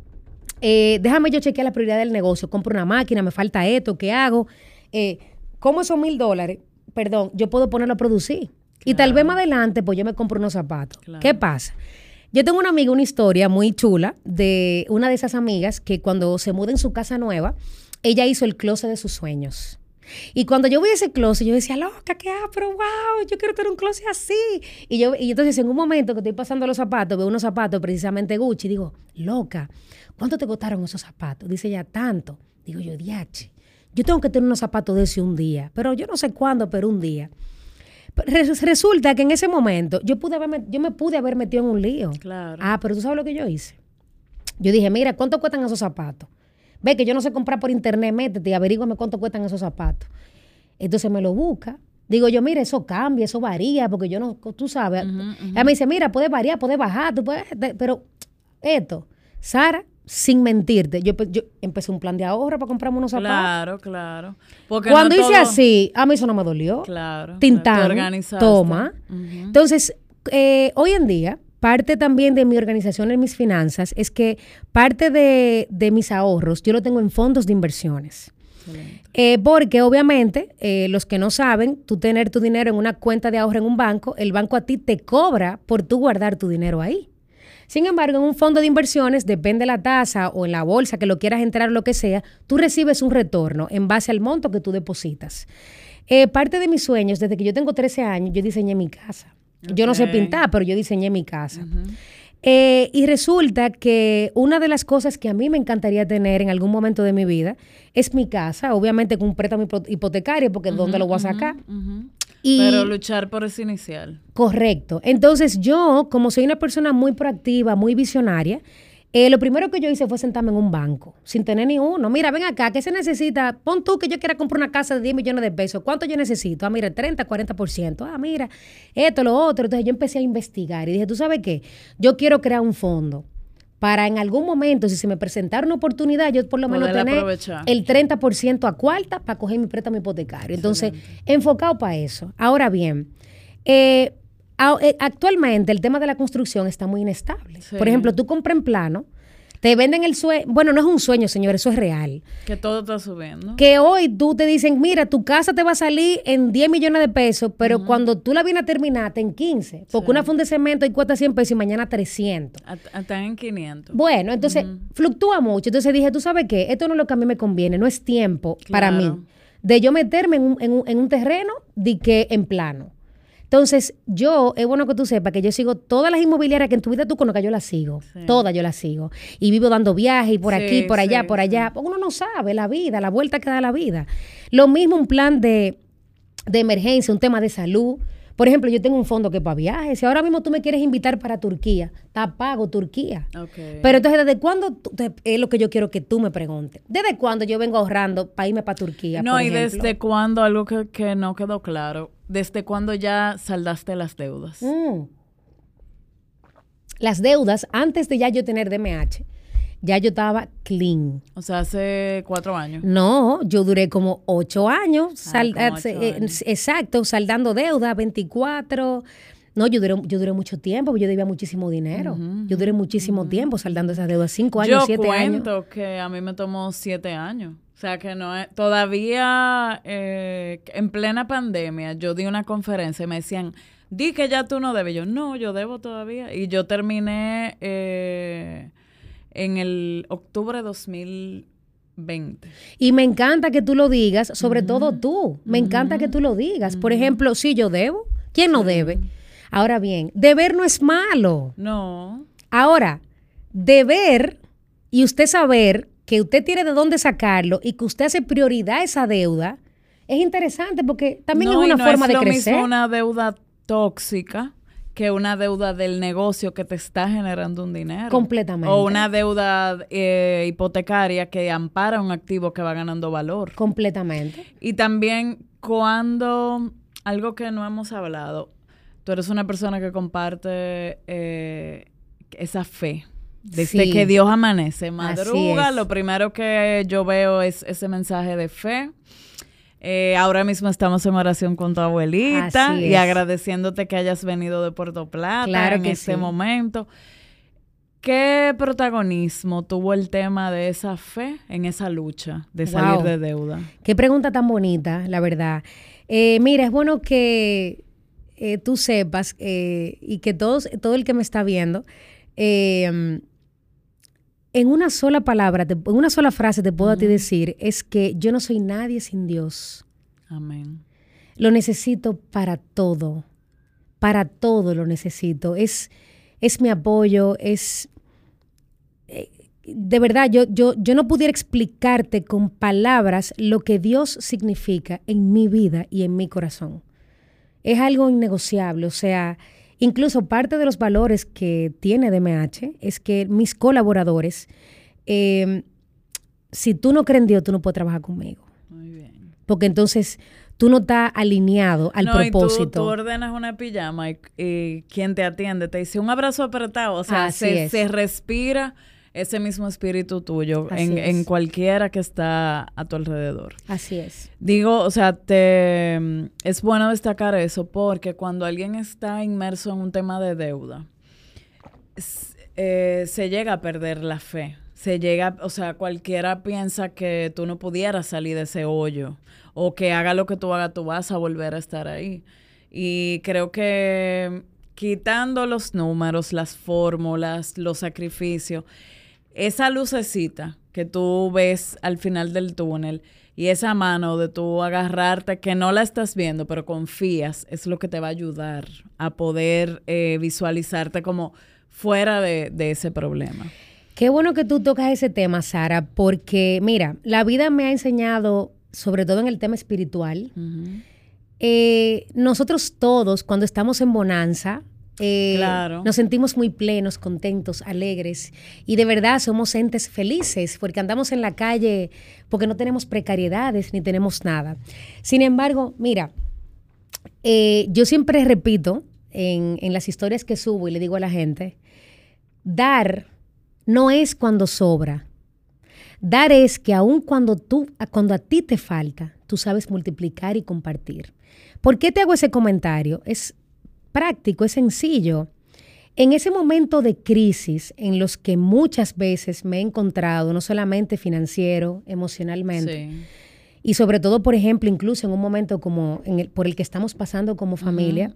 Déjame yo chequear la prioridad del negocio. Compro una máquina, me falta esto, ¿qué hago? ¿Cómo esos $1,000? Perdón, yo puedo ponerlo a producir. Claro. Y tal vez más adelante, pues yo me compro unos zapatos. Claro. ¿Qué pasa? Yo tengo una amiga, una historia muy chula de una de esas amigas que cuando se muda en su casa nueva, ella hizo el closet de sus sueños. Y cuando yo vi ese closet, yo decía, loca, pero wow, yo quiero tener un closet así. Y entonces en un momento que estoy pasando los zapatos, veo unos zapatos precisamente Gucci, y digo, loca, ¿cuánto te costaron esos zapatos? Dice ella, tanto. Digo yo, diache, yo tengo que tener unos zapatos de ese un día, pero yo no sé cuándo, pero un día. Resulta que en ese momento yo me pude haber metido en un lío.
Claro.
Pero tú sabes lo que yo hice. Yo dije, mira, ¿cuánto cuestan esos zapatos? Ve que yo no sé comprar por internet, métete y averígame cuánto cuestan esos zapatos. Entonces me lo busca. Digo yo, mira, eso cambia, eso varía, porque yo no, tú sabes. Ella me dice, mira, puede variar, puede bajar, pero esto, Sara, sin mentirte, yo empecé un plan de ahorro para comprarme unos zapatos.
Claro.
Porque cuando hice así, a mí eso no me dolió.
Claro.
Tintán, toma. Entonces, hoy en día, parte también de mi organización en mis finanzas es que parte de mis ahorros yo lo tengo en fondos de inversiones. Porque obviamente, los que no saben, tú tener tu dinero en una cuenta de ahorro en un banco, el banco a ti te cobra por tú guardar tu dinero ahí. Sin embargo, en un fondo de inversiones, depende de la tasa o en la bolsa que lo quieras entrar o lo que sea, tú recibes un retorno en base al monto que tú depositas. Parte de mis sueños, desde que yo tengo 13 años, yo diseñé mi casa. Okay. Yo no sé pintar, pero yo diseñé mi casa. Y resulta que una de las cosas que a mí me encantaría tener en algún momento de mi vida es mi casa, obviamente con un préstamo hipotecario, porque ¿dónde lo voy a sacar?
Pero luchar por ese inicial.
Correcto. Entonces yo, como soy una persona muy proactiva, muy visionaria, lo primero que yo hice fue sentarme en un banco, sin tener ni uno. Mira, ven acá, ¿qué se necesita? Pon tú que yo quiera comprar una casa de 10 millones de pesos. ¿Cuánto yo necesito? Mira, 30, 40%. Mira, esto, lo otro. Entonces yo empecé a investigar y dije, ¿tú sabes qué? Yo quiero crear un fondo para en algún momento, si se me presentara una oportunidad, yo por lo menos tener el 30% a cuarta para coger mi préstamo hipotecario. Entonces, enfocado para eso. Ahora bien, actualmente el tema de la construcción está muy inestable. Sí. Por ejemplo, tú compras en plano, te venden el sueño. Bueno, no es un sueño, señor, eso es real.
Que todo está subiendo.
Que hoy tú te dicen, mira, tu casa te va a salir en 10 millones de pesos, pero cuando tú la vienes a terminar, en 15. Porque una funda de cemento y cuesta 100 pesos y mañana 300.
Están en 500.
Bueno, entonces fluctúa mucho. Entonces dije, ¿tú sabes qué? Esto no es lo que a mí me conviene. No es tiempo para mí de yo meterme en un terreno de que en plano. Entonces, es bueno que tú sepas que yo sigo todas las inmobiliarias que en tu vida tú conozcas, yo las sigo. Sí. Todas yo las sigo. Y vivo dando viajes y por aquí, por allá, por allá. Porque uno no sabe la vida, la vuelta que da la vida. Lo mismo un plan de emergencia, un tema de salud. Por ejemplo, yo tengo un fondo que es para viajes. Si ahora mismo tú me quieres invitar para Turquía, está pago Turquía.
Okay.
Pero entonces, ¿desde cuándo? Es lo que yo quiero que tú me preguntes. ¿Desde cuándo yo vengo ahorrando para irme para Turquía?
No, y desde cuándo, algo que no quedó claro, ¿desde cuándo ya saldaste las deudas?
Las deudas, antes de ya yo tener DMH, ya yo estaba clean.
O sea, hace 4 años.
No, yo duré como 8 años. Exacto, saldando deuda, 24. No, yo duré mucho tiempo, porque yo debía muchísimo dinero. Yo duré muchísimo tiempo saldando esas deudas, 5 años, 7 años.
Yo cuento que a mí me tomó 7 años. O sea, que no es... Todavía, en plena pandemia, yo di una conferencia y me decían, di que ya tú no debes. Yo, no, yo debo todavía. Y yo terminé... en el octubre de 2020.
Y me encanta que tú lo digas, sobre todo tú. Me encanta que tú lo digas. Por ejemplo, sí, yo debo. ¿Quién no debe? Ahora bien, deber no es malo.
No.
Ahora, deber y usted saber que usted tiene de dónde sacarlo y que usted hace prioridad a esa deuda, es interesante porque también es una forma de crecer. No es lo mismo
una deuda tóxica que una deuda del negocio que te está generando un dinero.
Completamente.
O una deuda hipotecaria que ampara un activo que va ganando valor.
Completamente.
Y también cuando, algo que no hemos hablado, tú eres una persona que comparte esa fe. Desde que Dios amanece, madruga, lo primero que yo veo es ese mensaje de fe. Ahora mismo estamos en oración con tu abuelita y agradeciéndote que hayas venido de Puerto Plata en este momento. ¿Qué protagonismo tuvo el tema de esa fe en esa lucha de salir de deuda?
Qué pregunta tan bonita, la verdad. Mira, es bueno que tú sepas y que todo el que me está viendo, en una sola palabra, en una sola frase te puedo a ti decir, es que yo no soy nadie sin Dios.
Amén.
Lo necesito para todo lo necesito. Es mi apoyo, de verdad, yo no pudiera explicarte con palabras lo que Dios significa en mi vida y en mi corazón. Es algo innegociable, o sea, incluso parte de los valores que tiene DMH es que mis colaboradores, si tú no crees en Dios, tú no puedes trabajar conmigo.
Muy bien.
Porque entonces tú no estás alineado al propósito.
Y tú ordenas una pijama y quien te atiende te dice un abrazo apretado. O sea, se respira ese mismo espíritu tuyo en cualquiera que está a tu alrededor.
Así es.
Digo, o sea, es bueno destacar eso porque cuando alguien está inmerso en un tema de deuda, se llega a perder la fe. O sea, cualquiera piensa que tú no pudieras salir de ese hoyo o que haga lo que tú hagas, tú vas a volver a estar ahí. Y creo que quitando los números, las fórmulas, los sacrificios, esa lucecita que tú ves al final del túnel y esa mano de tú agarrarte, que no la estás viendo, pero confías, es lo que te va a ayudar a poder visualizarte como fuera de ese problema.
Qué bueno que tú tocas ese tema, Sara, porque mira, la vida me ha enseñado, sobre todo en el tema espiritual, nosotros todos cuando estamos en bonanza, nos sentimos muy plenos, contentos, alegres y de verdad somos entes felices porque andamos en la calle porque no tenemos precariedades ni tenemos nada. Sin embargo, mira, yo siempre repito en las historias que subo y le digo a la gente, dar no es cuando sobra. Dar es que aun cuando a ti te falta, tú sabes multiplicar y compartir. ¿Por qué te hago ese comentario? Es práctico, es sencillo. En ese momento de crisis en los que muchas veces me he encontrado, no solamente financiero, emocionalmente, y sobre todo, por ejemplo, incluso en un momento como por el que estamos pasando como familia,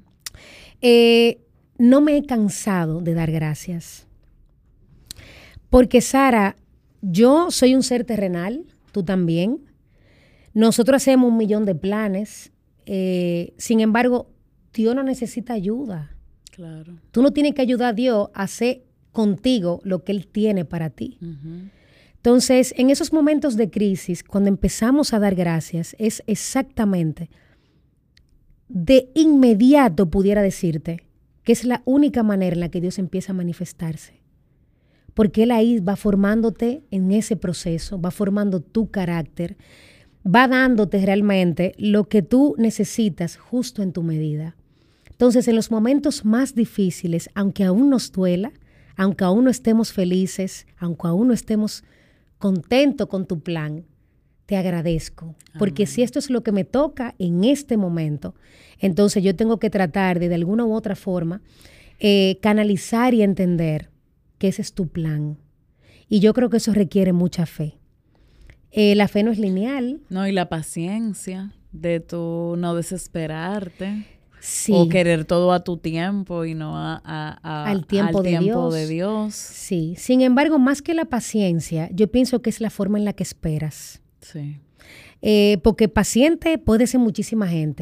no me he cansado de dar gracias. Porque, Sara, yo soy un ser terrenal, tú también. Nosotros hacemos 1,000,000 de planes. Sin embargo, Dios no necesita ayuda.
Claro.
Tú no tienes que ayudar a Dios a hacer contigo lo que Él tiene para ti. Entonces, en esos momentos de crisis, cuando empezamos a dar gracias, es exactamente, de inmediato pudiera decirte, que es la única manera en la que Dios empieza a manifestarse. Porque Él ahí va formándote en ese proceso, va formando tu carácter, va dándote realmente lo que tú necesitas justo en tu medida. Entonces, en los momentos más difíciles, aunque aún nos duela, aunque aún no estemos felices, aunque aún no estemos contentos con tu plan, te agradezco. Porque si esto es lo que me toca en este momento, entonces yo tengo que tratar de alguna u otra forma, canalizar y entender que ese es tu plan. Y yo creo que eso requiere mucha fe. La fe no es lineal.
No, y la paciencia de tu no desesperarte.
Sí.
O querer todo a tu tiempo y no
al tiempo
de Dios.
Sí. Sin embargo, más que la paciencia, yo pienso que es la forma en la que esperas.
Sí.
Porque paciente puede ser muchísima gente,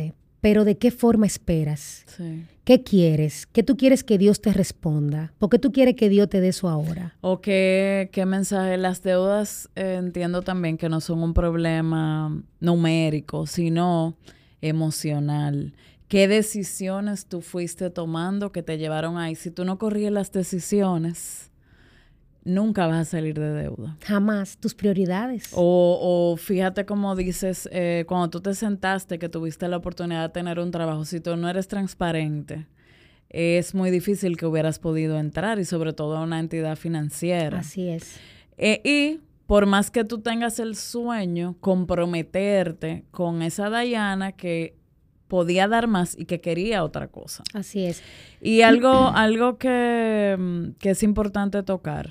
pero ¿de qué forma esperas?
Sí.
¿Qué quieres? ¿Qué tú quieres que Dios te responda? ¿Por qué tú quieres que Dios te dé eso ahora?
O qué mensaje. Las deudas entiendo también que no son un problema numérico, sino emocional. ¿Qué decisiones tú fuiste tomando que te llevaron ahí? Si tú no corrías las decisiones, nunca vas a salir de deuda.
Jamás. Tus prioridades.
O fíjate como dices, cuando tú te sentaste que tuviste la oportunidad de tener un trabajo, si tú no eres transparente, es muy difícil que hubieras podido entrar y sobre todo a una entidad financiera.
Así es.
Y por más que tú tengas el sueño, comprometerte con esa Dayana que podía dar más y que quería otra cosa.
Así es.
Y algo que es importante tocar.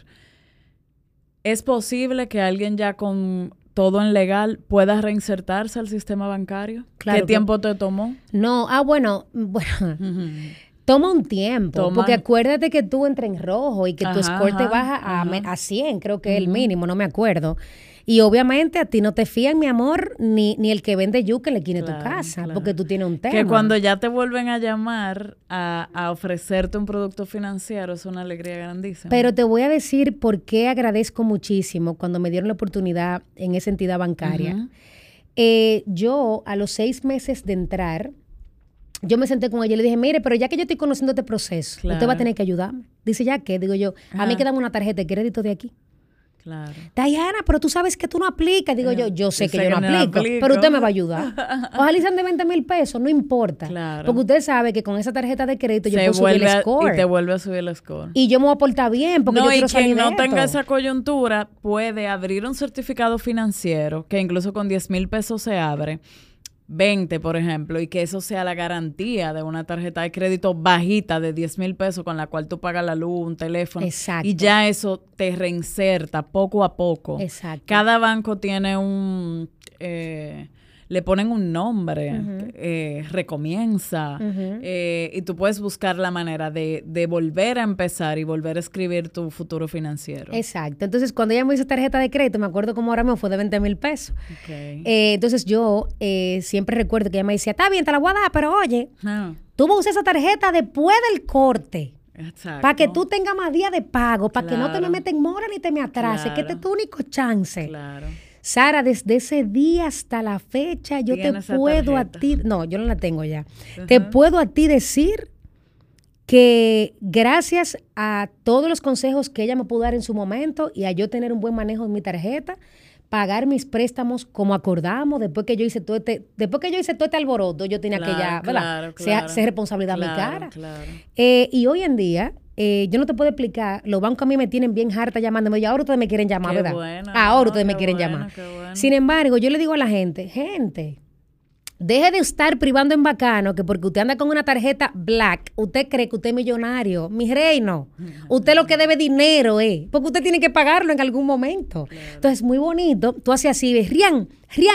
¿Es posible que alguien ya con todo en legal pueda reinsertarse al sistema bancario?
Claro.
¿Qué tiempo te tomó?
No, bueno. Toma un tiempo, porque acuérdate que tú entras en rojo y que tu score te baja a 100, creo que es el mínimo, no me acuerdo. Y obviamente a ti no te fían, mi amor, ni el que vende yuca en la esquina de tu casa, porque tú tienes un tema.
Que cuando ya te vuelven a llamar a ofrecerte un producto financiero es una alegría grandísima.
Pero te voy a decir por qué agradezco muchísimo cuando me dieron la oportunidad en esa entidad bancaria. Yo, a los 6 meses de entrar, yo me senté con ella y le dije, mire, pero ya que yo estoy conociendo este proceso, usted va a tener que ayudarme. Dice, ¿ya qué? Digo yo, a mí que dame una tarjeta de crédito de aquí.
Claro.
Dayana, pero tú sabes que tú no aplicas. Digo yo sé que yo no aplico, pero usted me va a ayudar. Ojalá y sean de 20,000 pesos, no importa.
Claro.
Porque usted sabe que con esa tarjeta de crédito yo puedo subir el score.
Y te vuelve a subir el score.
Y yo me voy a portar bien porque yo quiero salir de esto.
No tenga esa coyuntura puede abrir un certificado financiero que incluso con 10,000 pesos se abre. 20, por ejemplo, y que eso sea la garantía de una tarjeta de crédito bajita de 10,000 pesos con la cual tú pagas la luz, un teléfono.
Exacto.
Y ya eso te reinserta poco a poco.
Exacto.
Cada banco tiene le ponen un nombre, recomienza, y tú puedes buscar la manera de volver a empezar y volver a escribir tu futuro financiero.
Exacto. Entonces, cuando ella me hizo tarjeta de crédito, me acuerdo como ahora mismo fue de 20,000 pesos.
Okay.
Entonces, yo siempre recuerdo que ella me decía, está bien, te la voy a dar, pero oye, tú vas a usar esa tarjeta después del corte.
Exacto.
Para que tú tengas más días de pago, para que no te me metas en mora ni te me atrases, que este es tu único chance.
Claro.
Sara, desde ese día hasta la fecha, yo te puedo a ti... No, yo no la tengo ya. Te puedo a ti decir que gracias a todos los consejos que ella me pudo dar en su momento y a yo tener un buen manejo de mi tarjeta, pagar mis préstamos como acordamos, después que yo hice todo este alboroto, yo tenía que ya, ¿verdad? Ser responsabilidad a mi cara.
Claro.
Y hoy en día... yo no te puedo explicar, los bancos a mí me tienen bien harta llamándome, y ahora ustedes me quieren llamar, ¿verdad? Ahora ustedes me quieren llamar. Sin embargo, yo le digo a la gente, deje de estar privando en bacano que porque usted anda con una tarjeta black, usted cree que usted es millonario. Mi reino, usted lo que debe dinero porque usted tiene que pagarlo en algún momento. Claro. Entonces, muy bonito, tú haces así, ves, rian.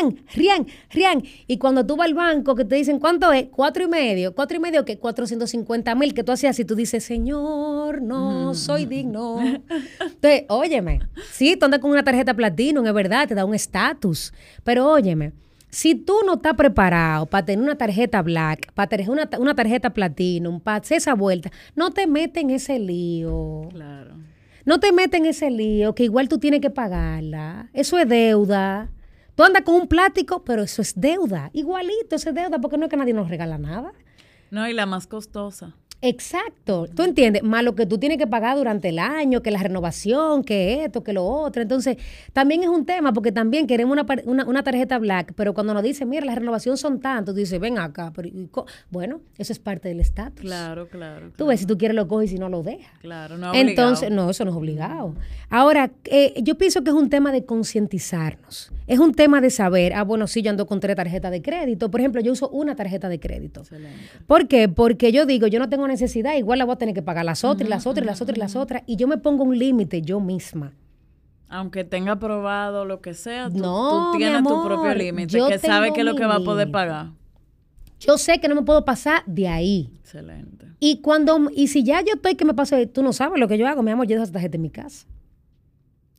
Y cuando tú vas al banco que te dicen, ¿cuánto es? 4,5. ¿Qué? 450,000, que tú haces así, tú dices, Señor, no soy digno. Entonces, óyeme, sí, tú andas con una tarjeta platino, es verdad, te da un estatus, pero óyeme, si tú no estás preparado para tener una tarjeta black, para tener una tarjeta platinum, para hacer esa vuelta, no te metes en ese lío.
Claro.
No te metes en ese lío, que igual tú tienes que pagarla. Eso es deuda. Tú andas con un plástico, pero eso es deuda. Igualito, eso es deuda, porque no es que nadie nos regala nada.
No, y la más costosa.
Exacto. ¿Tú entiendes? Más lo que tú tienes que pagar durante el año, que la renovación, que esto, que lo otro. Entonces, también es un tema, porque también queremos una tarjeta black, pero cuando nos dicen, mira, la renovación son tantos, tú dices, ven acá. Pero, bueno, eso es parte del estatus.
Claro.
Tú ves, si tú quieres lo coges y si no lo dejas.
Claro, no es obligado.
Entonces, no, eso no es obligado. Ahora, yo pienso que es un tema de concientizarnos. Es un tema de saber, bueno, sí, yo ando con 3 tarjetas de crédito. Por ejemplo, yo uso una tarjeta de crédito.
Excelente.
¿Por qué? Porque yo digo, yo no tengo necesidad, igual la voy a tener que pagar las otras, y las otras, y las otras, y las otras. Y yo me pongo un límite yo misma.
Aunque tenga aprobado lo que sea, tú
no,
tienes tu propio límite, que sabe que es lo que va a poder pagar.
Yo sé que no me puedo pasar de ahí.
Excelente.
Y si ya yo estoy que me paso, tú no sabes lo que yo hago, mi amor, yo dejo esa tarjeta en mi casa.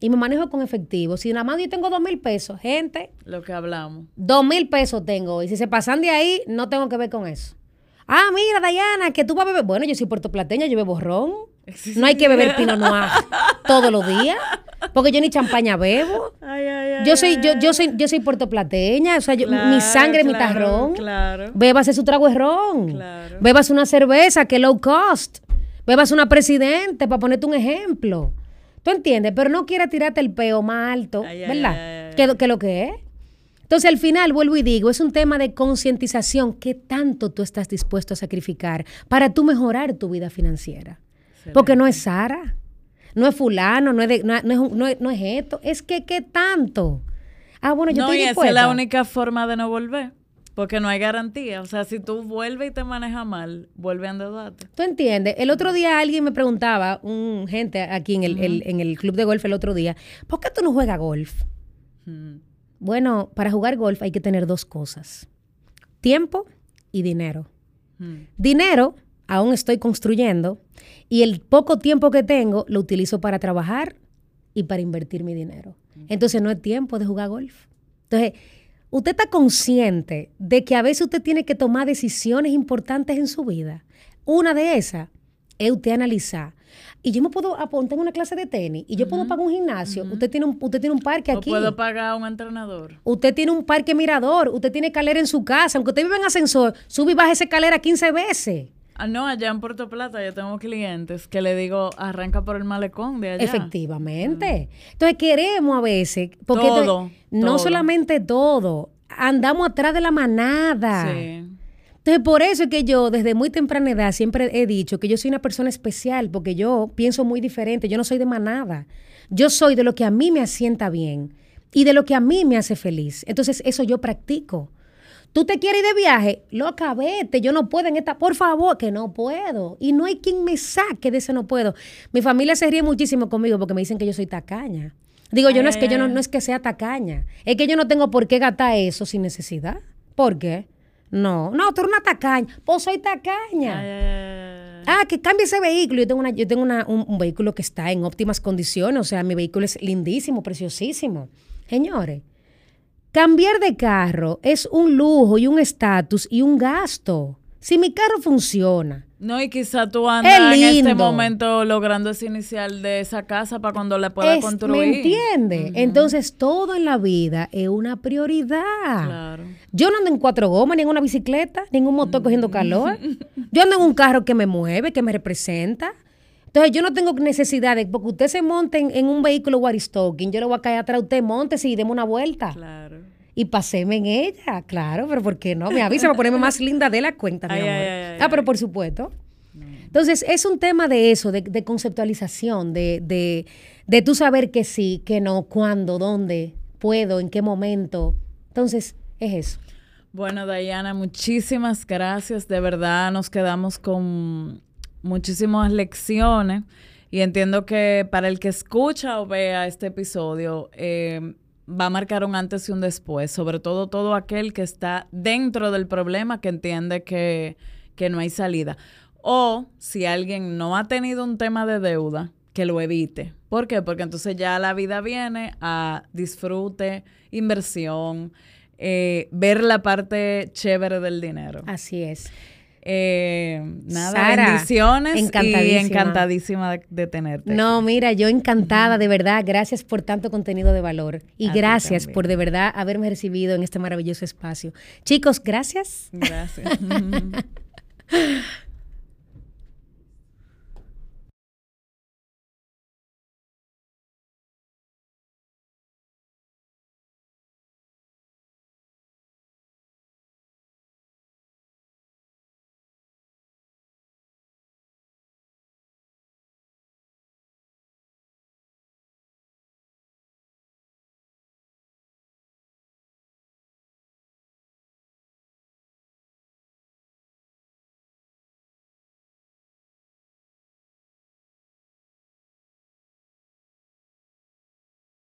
y me manejo con efectivo. Si nada más yo tengo 2,000 pesos, gente.
Lo que hablamos.
2,000 pesos tengo. Y si se pasan de ahí, no tengo que ver con eso. Ah, mira, Dayana, que tú vas a beber. Bueno, yo soy puertoplateña, yo bebo ron. No hay que beber Pinot Noir todos los días. Porque yo ni champaña bebo. Yo soy puertoplateña. O sea, mi sangre, mi tarrón.
Claro.
Bébase su trago de ron.
Claro.
Bébase una cerveza que es low cost. Bébase una Presidente, para ponerte un ejemplo. ¿Tú entiendes? Pero no quiera tirarte el peo más alto, ¿verdad? Que lo que es. Entonces, al final, vuelvo y digo, es un tema de concientización. ¿Qué tanto tú estás dispuesto a sacrificar para tú mejorar tu vida financiera? Excelente. Porque no es Sara, no es fulano, no es esto. Es que, ¿qué tanto? Ah, bueno, yo estoy dispuesta.
Esa es la única forma de no volver. Porque no hay garantía. O sea, si tú vuelves y te manejas mal, vuelve a endeudarte.
¿Tú entiendes? El otro día alguien me preguntaba, gente aquí en el club de golf el otro día, ¿por qué tú no juegas golf? Bueno, para jugar golf hay que tener 2 cosas. Tiempo y dinero. Dinero, aún estoy construyendo, y el poco tiempo que tengo lo utilizo para trabajar y para invertir mi dinero. Entonces no es tiempo de jugar golf. Entonces, usted está consciente de que a veces usted tiene que tomar decisiones importantes en su vida. Una de esas es usted analizar. Y yo me puedo apuntar en una clase de tenis y yo puedo pagar un gimnasio. Usted tiene un parque aquí.
O puedo pagar un entrenador.
Usted tiene un parque mirador. Usted tiene escalera en su casa. Aunque usted vive en ascensor, sube y baja esa escalera 15 veces.
No, allá en Puerto Plata yo tengo clientes que le digo, arranca por el malecón de allá.
Efectivamente. Entonces queremos a veces, porque
todo.
Solamente todo, andamos atrás de la manada.
Sí.
Entonces por eso es que yo desde muy temprana edad siempre he dicho que yo soy una persona especial, porque yo pienso muy diferente, yo no soy de manada. Yo soy de lo que a mí me asienta bien y de lo que a mí me hace feliz. Entonces eso yo practico. ¿Tú te quieres ir de viaje? Loca, vete, yo no puedo por favor, que no puedo. Y no hay quien me saque de ese no puedo. Mi familia se ríe muchísimo conmigo porque me dicen que yo soy tacaña. Digo, no es que sea tacaña. Es que yo no tengo por qué gastar eso sin necesidad. ¿Por qué? No, tú eres una tacaña. Pues soy tacaña. Que cambie ese vehículo. Yo tengo un vehículo que está en óptimas condiciones. O sea, mi vehículo es lindísimo, preciosísimo. Señores, cambiar de carro es un lujo y un estatus y un gasto. Si mi carro funciona.
No, y quizá tú andas en este momento logrando ese inicial de esa casa para cuando la puedas construir.
¿Me entiendes? Entonces, todo en la vida es una prioridad.
Claro.
Yo no ando en 4 gomas, ni en una bicicleta, ni en un motor cogiendo calor. Yo ando en un carro que me mueve, que me representa. Entonces, yo no tengo necesidad de, porque usted se monte en un vehículo Waristoking, yo le voy a caer atrás a usted, móntese y deme una vuelta.
Claro.
Y paséme en ella, claro, pero ¿por qué no? Me avisa para ponerme más linda de la cuenta, mi amor. Pero por supuesto. Entonces, es un tema de eso, de conceptualización, de tú saber que sí, que no, cuándo, dónde, puedo, en qué momento. Entonces, es eso.
Bueno, Dayana, muchísimas gracias. De verdad, nos quedamos con muchísimas lecciones y entiendo que para el que escucha o vea este episodio, va a marcar un antes y un después, sobre todo aquel que está dentro del problema, que entiende que no hay salida. O si alguien no ha tenido un tema de deuda, que lo evite. ¿Por qué? Porque entonces ya la vida viene a disfrute, inversión, ver la parte chévere del dinero.
Así es.
Nada,
Sara,
bendiciones y encantadísima de tenerte.
No, mira, yo encantada, de verdad. Gracias por tanto contenido de valor y gracias por de verdad haberme recibido en este maravilloso espacio. Chicos, gracias.
Gracias.